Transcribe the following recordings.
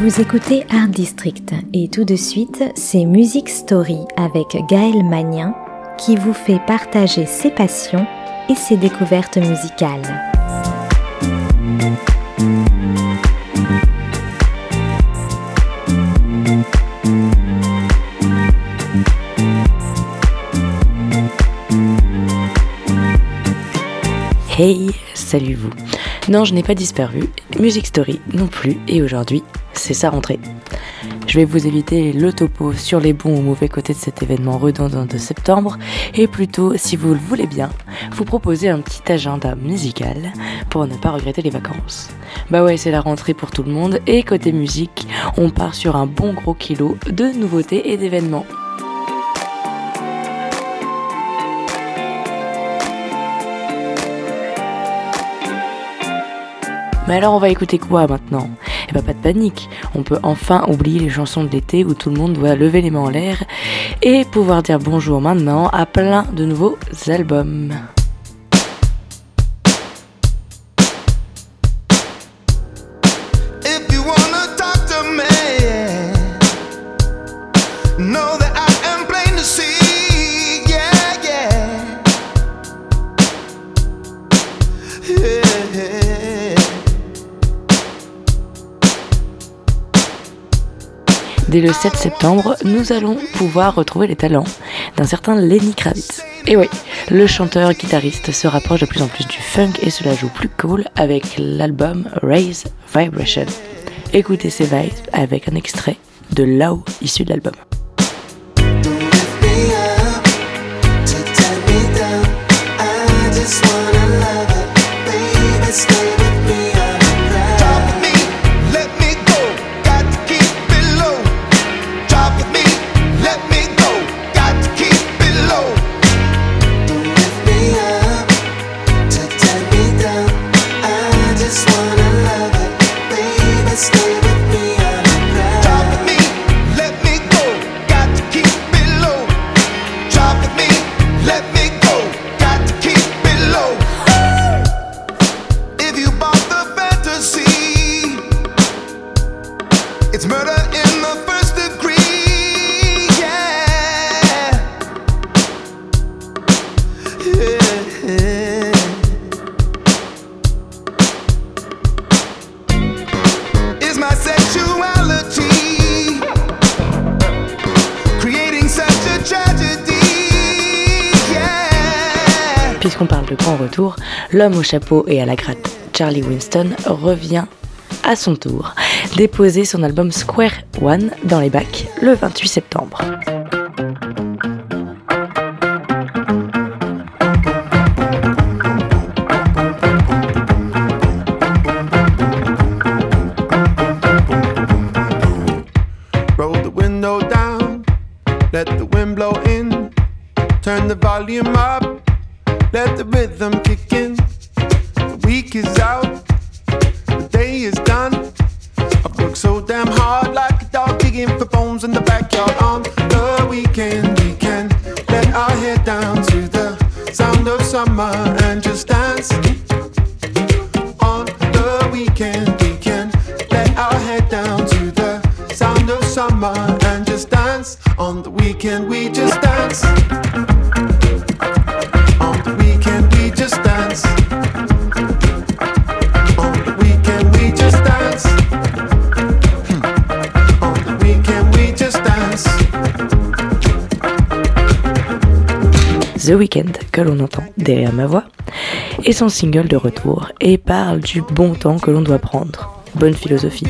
Vous écoutez Art District et tout de suite, c'est Music Story avec Gaël Magnin qui vous fait partager ses passions et ses découvertes musicales. Hey, salut vous. Non, je n'ai pas disparu, Music Story non plus, et aujourd'hui, c'est sa rentrée. Je vais vous éviter le topo sur les bons ou mauvais côtés de cet événement redondant de septembre, et plutôt, si vous le voulez bien, vous proposer un petit agenda musical pour ne pas regretter les vacances. Bah ouais, c'est la rentrée pour tout le monde, et côté musique, on part sur un bon gros kilo de nouveautés et d'événements. Mais alors on va écouter quoi maintenant ? Eh ben pas de panique, on peut enfin oublier les chansons de l'été où tout le monde doit lever les mains en l'air et pouvoir dire bonjour maintenant à plein de nouveaux albums. Dès le 7 septembre, nous allons pouvoir retrouver les talents d'un certain Lenny Kravitz. Et oui, le chanteur-guitariste se rapproche de plus en plus du funk et cela joue plus cool avec l'album Raise Vibration. Écoutez ces vibes avec un extrait de Low issu de l'album. Puisqu'on parle de grand retour, l'homme au chapeau et à la gratte, Charlie Winston, revient à son tour déposer son album Square One dans les bacs le 28 septembre. Roll the window down, let the wind blow in, turn the volume up. Let the rhythm kick in. The week is out, the day is done. I've worked so damn hard like a dog digging for bones in the backyard. On the weekend, we can let our head down to the sound of summer and just dance. On the weekend, we can let our head down to the sound of summer and just dance. On the weekend, we just dance. The Weeknd, que l'on entend derrière ma voix, est son single de retour et parle du bon temps que l'on doit prendre. Bonne philosophie.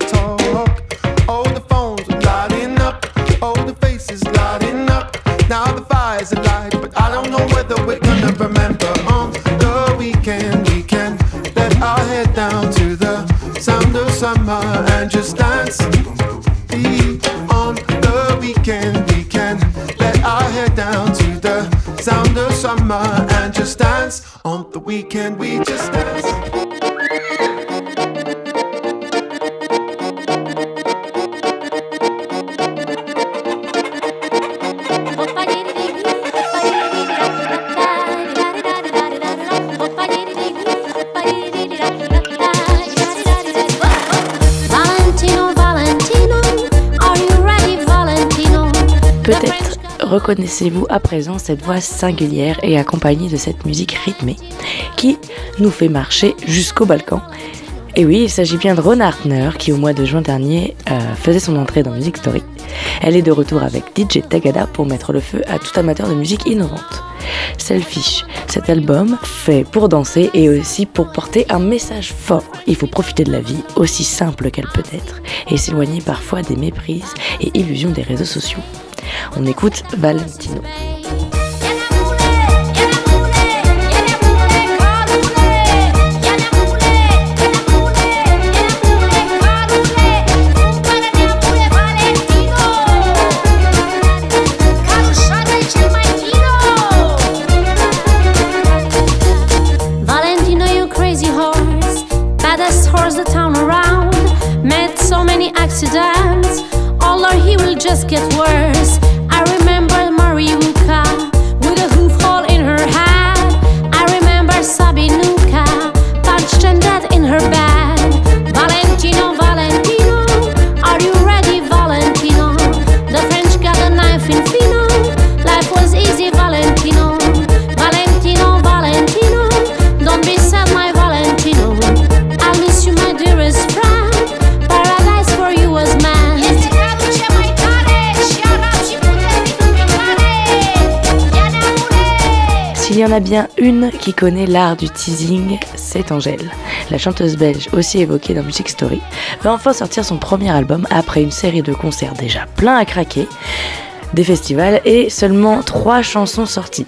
Sound of summer and just dance. On the weekend we just dance. Valentino, Valentino. reconnaissez-vous à présent cette voix singulière et accompagnée de cette musique rythmée qui nous fait marcher jusqu'au Balkan? Et oui, il s'agit bien de Rona Hartner qui au mois de juin dernier faisait son entrée dans Music Story. Elle est de retour avec DJ Tagada pour mettre le feu à tout amateur de musique innovante. Selfish, cet album fait pour danser et aussi pour porter un message fort. Il faut profiter de la vie, aussi simple qu'elle peut être, et s'éloigner parfois des méprises et illusions des réseaux sociaux. On écoute Valentino. Accidents, although he will just get worse. I remember Mariuka with a hoof hole in her head. I remember Sabinuka punched and dead in her bed. Valentino, Valentino, are you ready, Valentino? The French got a knife in Fino. Life was easy, Valentino. Valentino, Valentino, don't be sad, my Valentino. I'll miss you, my dearest friend. S'il y en a bien une qui connaît l'art du teasing, c'est Angèle. La chanteuse belge, aussi évoquée dans Music Story, va enfin sortir son premier album après une série de concerts déjà plein à craquer, des festivals et seulement 3 chansons sorties.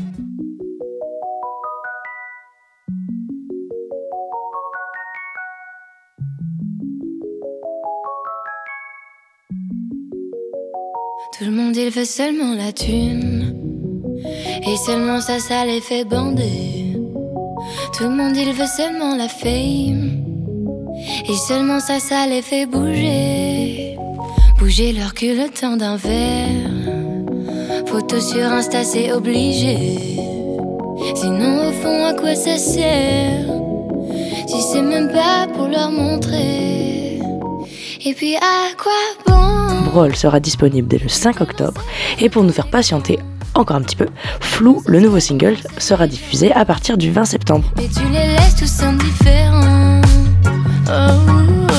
Tout le monde il veut seulement la thune, et seulement ça les fait bander. Tout le monde il veut seulement la fame, et seulement ça les fait bouger. Bouger leur cul le temps d'un verre. Photo sur Insta c'est obligé. Sinon au fond à quoi ça sert, si c'est même pas pour leur montrer. Et puis à quoi bon? Brawl sera disponible dès le 5 octobre et pour nous faire patienter encore un petit peu, Flou, le nouveau single, sera diffusé à partir du 20 septembre. Mais tu les laisses tous indifférents. Oh, oh.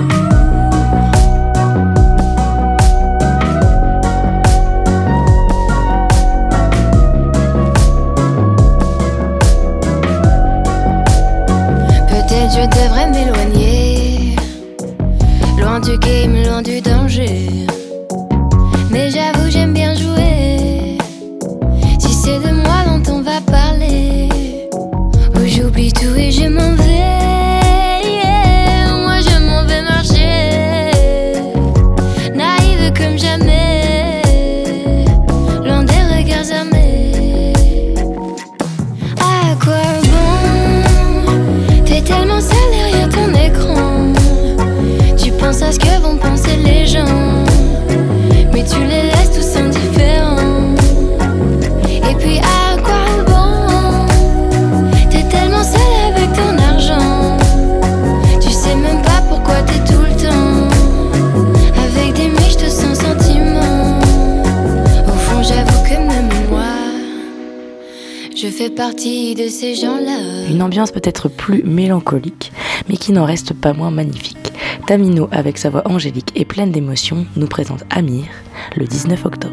Peut-être je devrais m'éloigner, loin du game, loin du danger. Mais j'avoue j'aime bien jouer. Si c'est de moi dont on va parler, où j'oublie tout et je m'en vais, yeah. Moi je m'en vais marcher, naïve comme jamais, loin des regards armés. À quoi bon? T'es tellement seul derrière ton écran. Tu penses à ce que vont penser les gens, mais tu les laisses tous indifférents. Et puis à quoi bon? T'es tellement seul avec ton argent. Tu sais même pas pourquoi t'es tout le temps avec des miches de sans sentiment. Au fond j'avoue que même moi, je fais partie de ces gens-là. Une ambiance peut-être plus mélancolique, mais qui n'en reste pas moins magnifique. Tamino, avec sa voix angélique et pleine d'émotions, nous présente Amir le 19 octobre.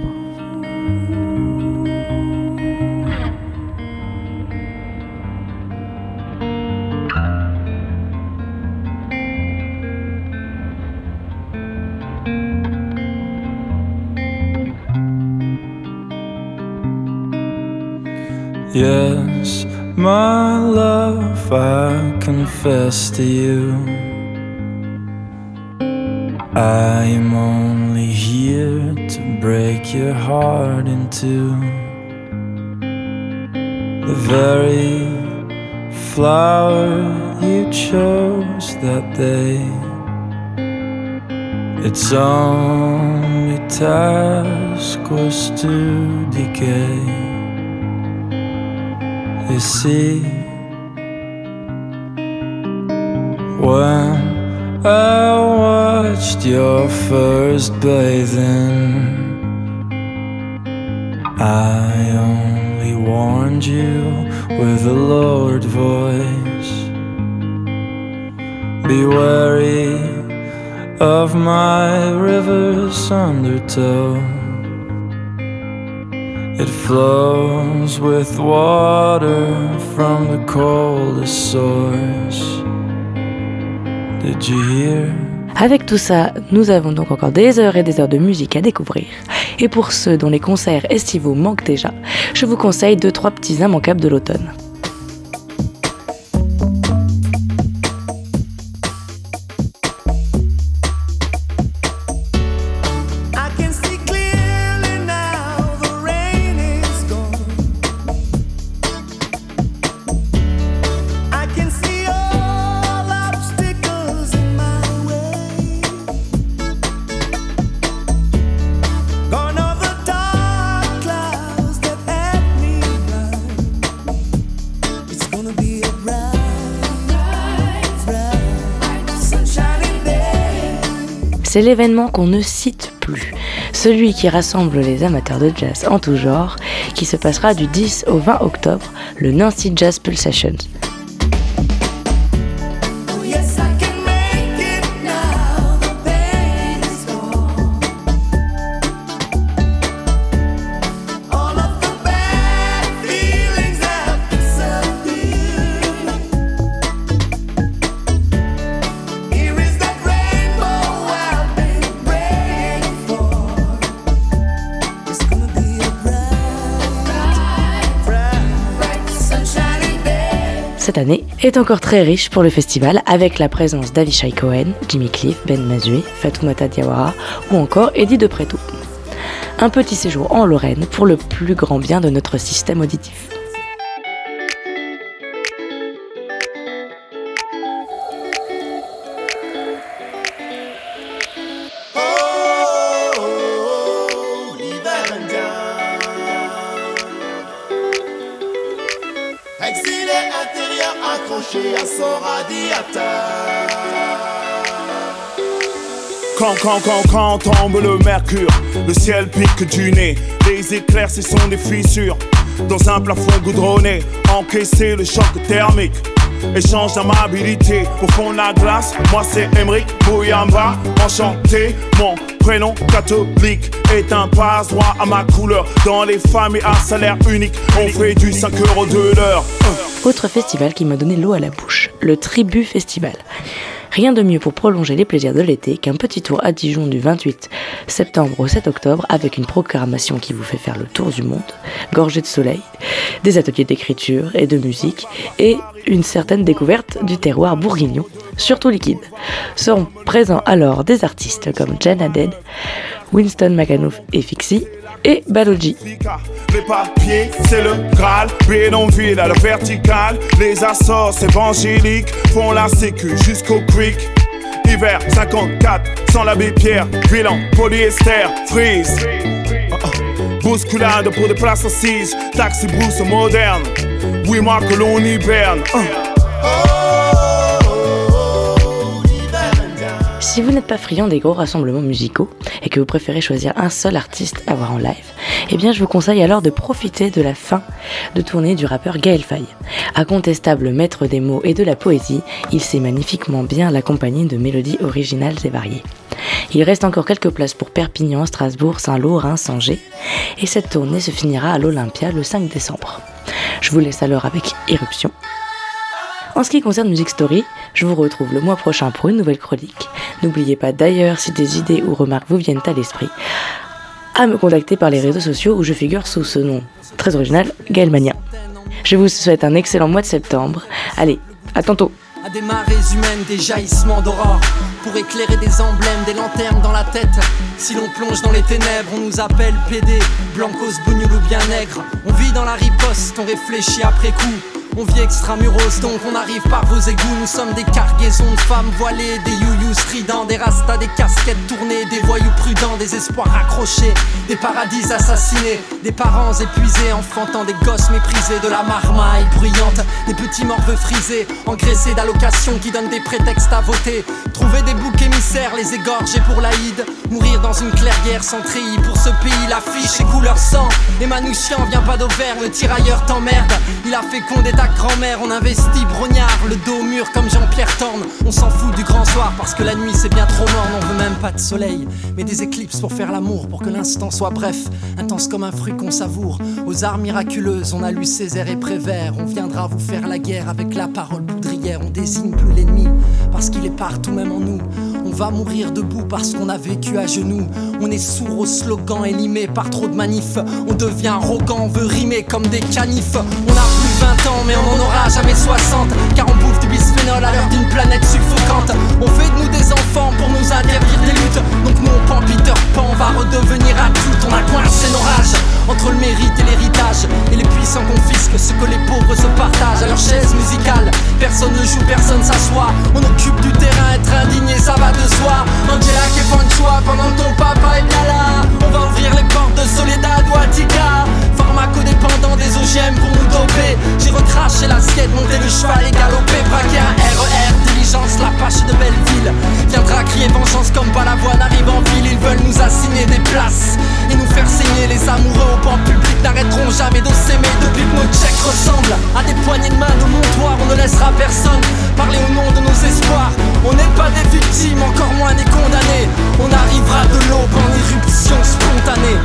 Yes, my love, I confess to you, I am only here to break your heart in two. The very flower you chose that day, its only task was to decay. You see, when I watched your first bathing, I only warned you with a lowered voice. Be wary of my river's undertow. It flows with water from the coldest source. Did you hear? Avec tout ça, nous avons donc encore des heures et des heures de musique à découvrir. Et pour ceux dont les concerts estivaux manquent déjà, je vous conseille 2-3 petits immanquables de l'automne. C'est l'événement qu'on ne cite plus, celui qui rassemble les amateurs de jazz en tout genre, qui se passera du 10 au 20 octobre, le Nancy Jazz Pulsations. Cette année est encore très riche pour le festival avec la présence d'Avishai Cohen, Jimmy Cliff, Ben Mazue, Fatoumata Diawara ou encore Eddie De Pretto. Un petit séjour en Lorraine pour le plus grand bien de notre système auditif. Accroché à son radiateur. Quand tombe le mercure, le ciel pique du nez. Les éclairs, ce sont des fissures dans un plafond goudronné. Encaisser le choc thermique, échange d'amabilité pour fondre la glace. Moi c'est Emric Bouyamba, enchanté. Mon prénom catholique est un passe-droit à ma couleur. Dans les familles à salaire unique, on fait du 5 € de l'heure. Autre festival qui m'a donné l'eau à la bouche, le Tribu Festival. Rien de mieux pour prolonger les plaisirs de l'été qu'un petit tour à Dijon du 28 septembre au 7 octobre avec une programmation qui vous fait faire le tour du monde, gorgée de soleil, des ateliers d'écriture et de musique et une certaine découverte du terroir bourguignon, surtout liquide. Seront présents alors des artistes comme Jana Dead, Winston McAnuff et Fixie, et Balogi. Les papiers, c'est le Graal, Bénonville à la verticale. Les assorts évangéliques font la sécu jusqu'au creek. Hiver 54, sans l'abbé Pierre, vilain, polyester, freeze. Bousculade pour des places assises, taxi brousse moderne. Oui, moi que l'on hiberne. Si vous n'êtes pas friand des gros rassemblements musicaux et que vous préférez choisir un seul artiste à voir en live, eh bien je vous conseille alors de profiter de la fin de tournée du rappeur Gaël Faye. Incontestable maître des mots et de la poésie, il sait magnifiquement bien l'accompagner de mélodies originales et variées. Il reste encore quelques places pour Perpignan, Strasbourg, Saint-Lô, Reims, Angers, et cette tournée se finira à l'Olympia le 5 décembre. Je vous laisse alors avec Irruption. En ce qui concerne Music Story, je vous retrouve le mois prochain pour une nouvelle chronique. N'oubliez pas d'ailleurs, si des idées ou remarques vous viennent à l'esprit, à me contacter par les réseaux sociaux où je figure sous ce nom très original, Gaël Mania. Je vous souhaite un excellent mois de septembre. Allez, à tantôt. À des marées humaines, des jaillissements d'aurore, pour éclairer des emblèmes, des lanternes dans la tête. Si l'on plonge dans les ténèbres, on nous appelle PD, blancos, bougnoul ou bien nègre. On vit dans la riposte, on réfléchit après coup. On vit extramuros, donc on arrive par vos égouts. Nous sommes des cargaisons de femmes voilées, des you-you stridents, des rastas, des casquettes tournées, des voyous prudents, des espoirs accrochés, des paradis assassinés, des parents épuisés, enfantant des gosses méprisés, de la marmaille bruyante, des petits morveux frisés, engraissés d'allocations qui donnent des prétextes à voter. Trouver des boucs émissaires, les égorger pour l'Aïd, mourir dans une clairière sans treillis. Pour ce pays, l'affiche est couleur sang. Et Manouchian vient pas d'Auvergne, le tirailleur t'emmerde. Il a fécondé ta grand-mère, on investit brognard, le dos au mur comme Jean-Pierre Thorne. On s'en fout du grand soir parce que la nuit c'est bien trop morne. On veut même pas de soleil, mais des éclipses pour faire l'amour, pour que l'instant soit bref, intense comme un fruit qu'on savoure. Aux arts miraculeuses, on a lu Césaire et Prévert. On viendra vous faire la guerre avec la parole poudrière. On désigne plus l'ennemi parce qu'il est partout même en nous. On va mourir debout parce qu'on a vécu à genoux. On est sourd aux slogans élimés par trop de manifs. On devient arrogant, on veut rimer comme des canifs. On a plus 20 ans mais on n'en aura jamais 60, car on bouffe du bisphénol à l'heure d'une planète suffocante. On fait de nous des enfants pour nous interdire des luttes. Donc nous on prend Peter Pan, on va redevenir adultes. On a coincé nos rages entre le mérite et l'héritage, et les puissants confisquent ce que les pauvres se partagent. À leur chaise musicale, personne ne joue, personne s'assoit. On occupe du terrain, être indigné ça va de soi. Angela qui font de choix pendant que ton papa est bien là. On va ouvrir les portes de Soledad ou Attica. Pharmacodépendant des OGM pour nous doper. J'ai recraché l'assiette, monté le cheval et galopé. Braqué un RER, diligence, l'Apache de Belleville viendra crier vengeance comme Balavoine arrive en ville. Ils veulent nous assigner des places et nous faire saigner. Les amoureux au banc public n'arrêteront jamais de s'aimer. Depuis que nos checks ressemblent à des poignées de main de montoir, on ne laissera personne parler au nom de nos espoirs. On n'est pas des victimes, encore moins des condamnés. On arrivera de l'aube en éruption spontanée.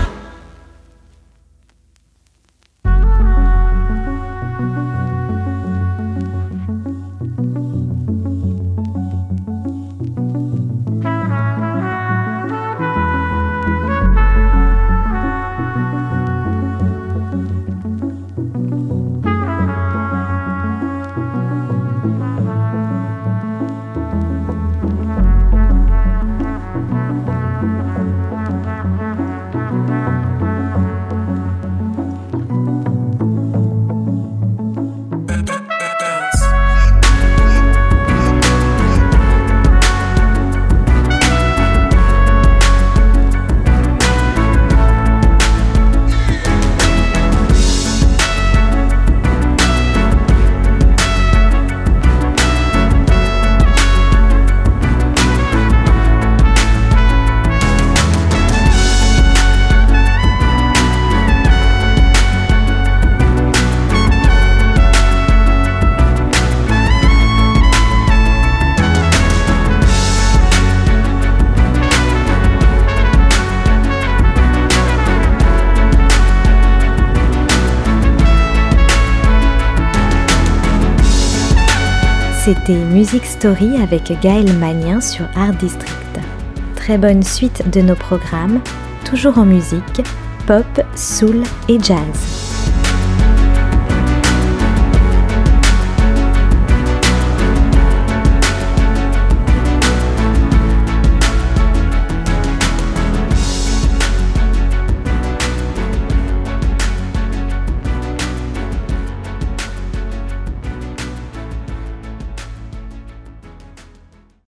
C'était Music Story avec Gaël Magnien sur Art District. Très bonne suite de nos programmes, toujours en musique, pop, soul et jazz.